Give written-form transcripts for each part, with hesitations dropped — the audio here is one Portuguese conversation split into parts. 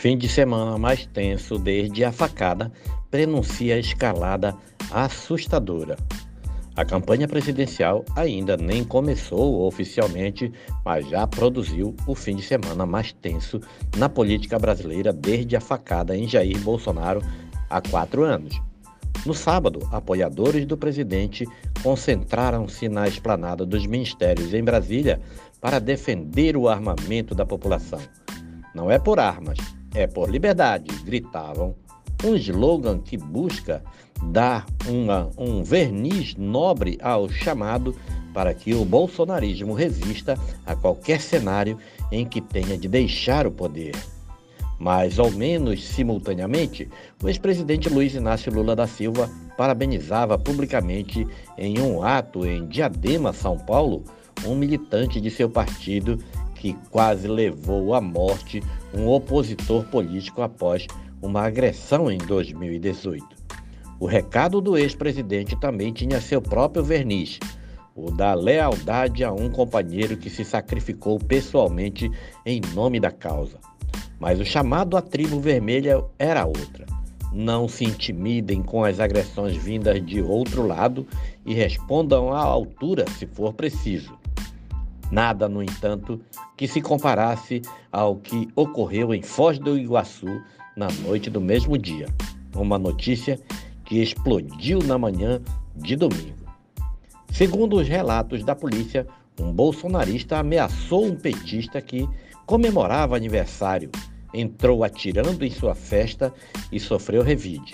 Fim de semana mais tenso desde a facada prenuncia a escalada assustadora. A campanha presidencial ainda nem começou oficialmente, mas já produziu o fim de semana mais tenso na política brasileira desde a facada em Jair Bolsonaro há 4 anos. No sábado, apoiadores do presidente concentraram-se na esplanada dos ministérios em Brasília para defender o armamento da população. Não é por armas, é por liberdade, gritavam, um slogan que busca dar um verniz nobre ao chamado para que o bolsonarismo resista a qualquer cenário em que tenha de deixar o poder. Mais ou menos simultaneamente, o ex-presidente Luiz Inácio Lula da Silva parabenizava publicamente em um ato em Diadema, São Paulo, um militante de seu partido que quase levou à morte um opositor político após uma agressão em 2018. O recado do ex-presidente também tinha seu próprio verniz, o da lealdade a um companheiro que se sacrificou pessoalmente em nome da causa. Mas o chamado à tribo vermelha era outra. Não se intimidem com as agressões vindas de outro lado e respondam à altura se for preciso. Nada, no entanto, que se comparasse ao que ocorreu em Foz do Iguaçu na noite do mesmo dia. Uma notícia que explodiu na manhã de domingo. Segundo os relatos da polícia, um bolsonarista ameaçou um petista que comemorava aniversário, entrou atirando em sua festa e sofreu revide.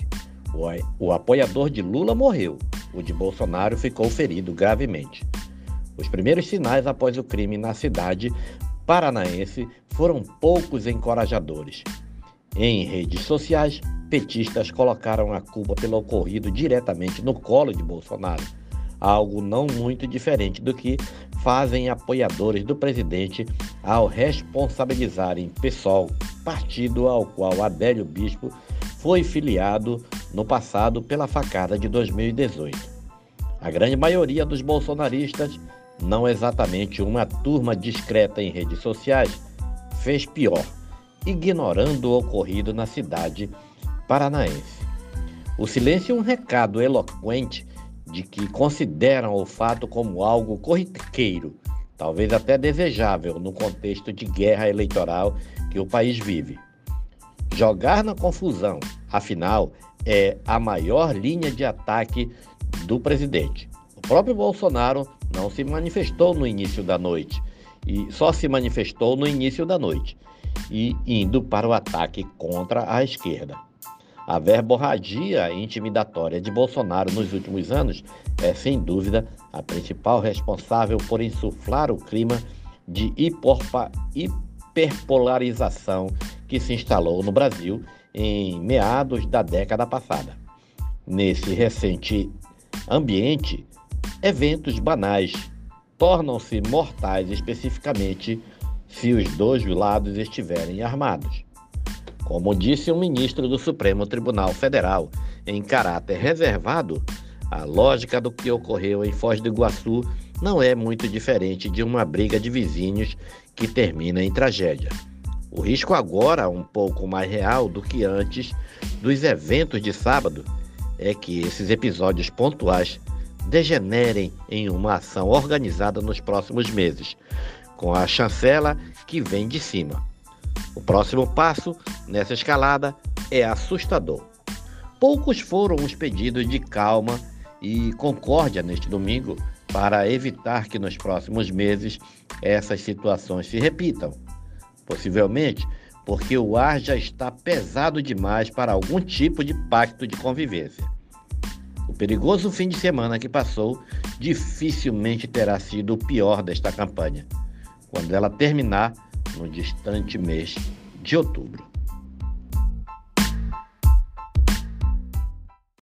O apoiador de Lula morreu, o de Bolsonaro ficou ferido gravemente. Os primeiros sinais após o crime na cidade paranaense foram poucos encorajadores. Em redes sociais, petistas colocaram a culpa pelo ocorrido diretamente no colo de Bolsonaro, algo não muito diferente do que fazem apoiadores do presidente ao responsabilizarem PSOL, partido ao qual Adélio Bispo foi filiado no passado pela facada de 2018. A grande maioria dos bolsonaristas, não exatamente uma turma discreta em redes sociais, fez pior, ignorando o ocorrido na cidade paranaense. O silêncio é um recado eloquente de que consideram o fato como algo corriqueiro, talvez até desejável no contexto de guerra eleitoral que o país vive. Jogar na confusão, afinal, é a maior linha de ataque do presidente. O próprio Bolsonaro não se manifestou no início da noite, e só se manifestou no início da noite, e indo para o ataque contra a esquerda. A verborragia intimidatória de Bolsonaro nos últimos anos é, sem dúvida, a principal responsável por insuflar o clima de hiperpolarização que se instalou no Brasil em meados da década passada. Nesse recente ambiente, eventos banais tornam-se mortais, especificamente se os dois lados estiverem armados. Como disse um ministro do Supremo Tribunal Federal, em caráter reservado, a lógica do que ocorreu em Foz do Iguaçu não é muito diferente de uma briga de vizinhos que termina em tragédia. O risco agora, um pouco mais real do que antes dos eventos de sábado, é que esses episódios pontuais degenerem em uma ação organizada nos próximos meses, com a chancela que vem de cima. O próximo passo nessa escalada é assustador. Poucos foram os pedidos de calma e concórdia neste domingo para evitar que nos próximos meses essas situações se repitam. Possivelmente porque o ar já está pesado demais para algum tipo de pacto de convivência. O perigoso fim de semana que passou dificilmente terá sido o pior desta campanha, quando ela terminar no distante mês de outubro.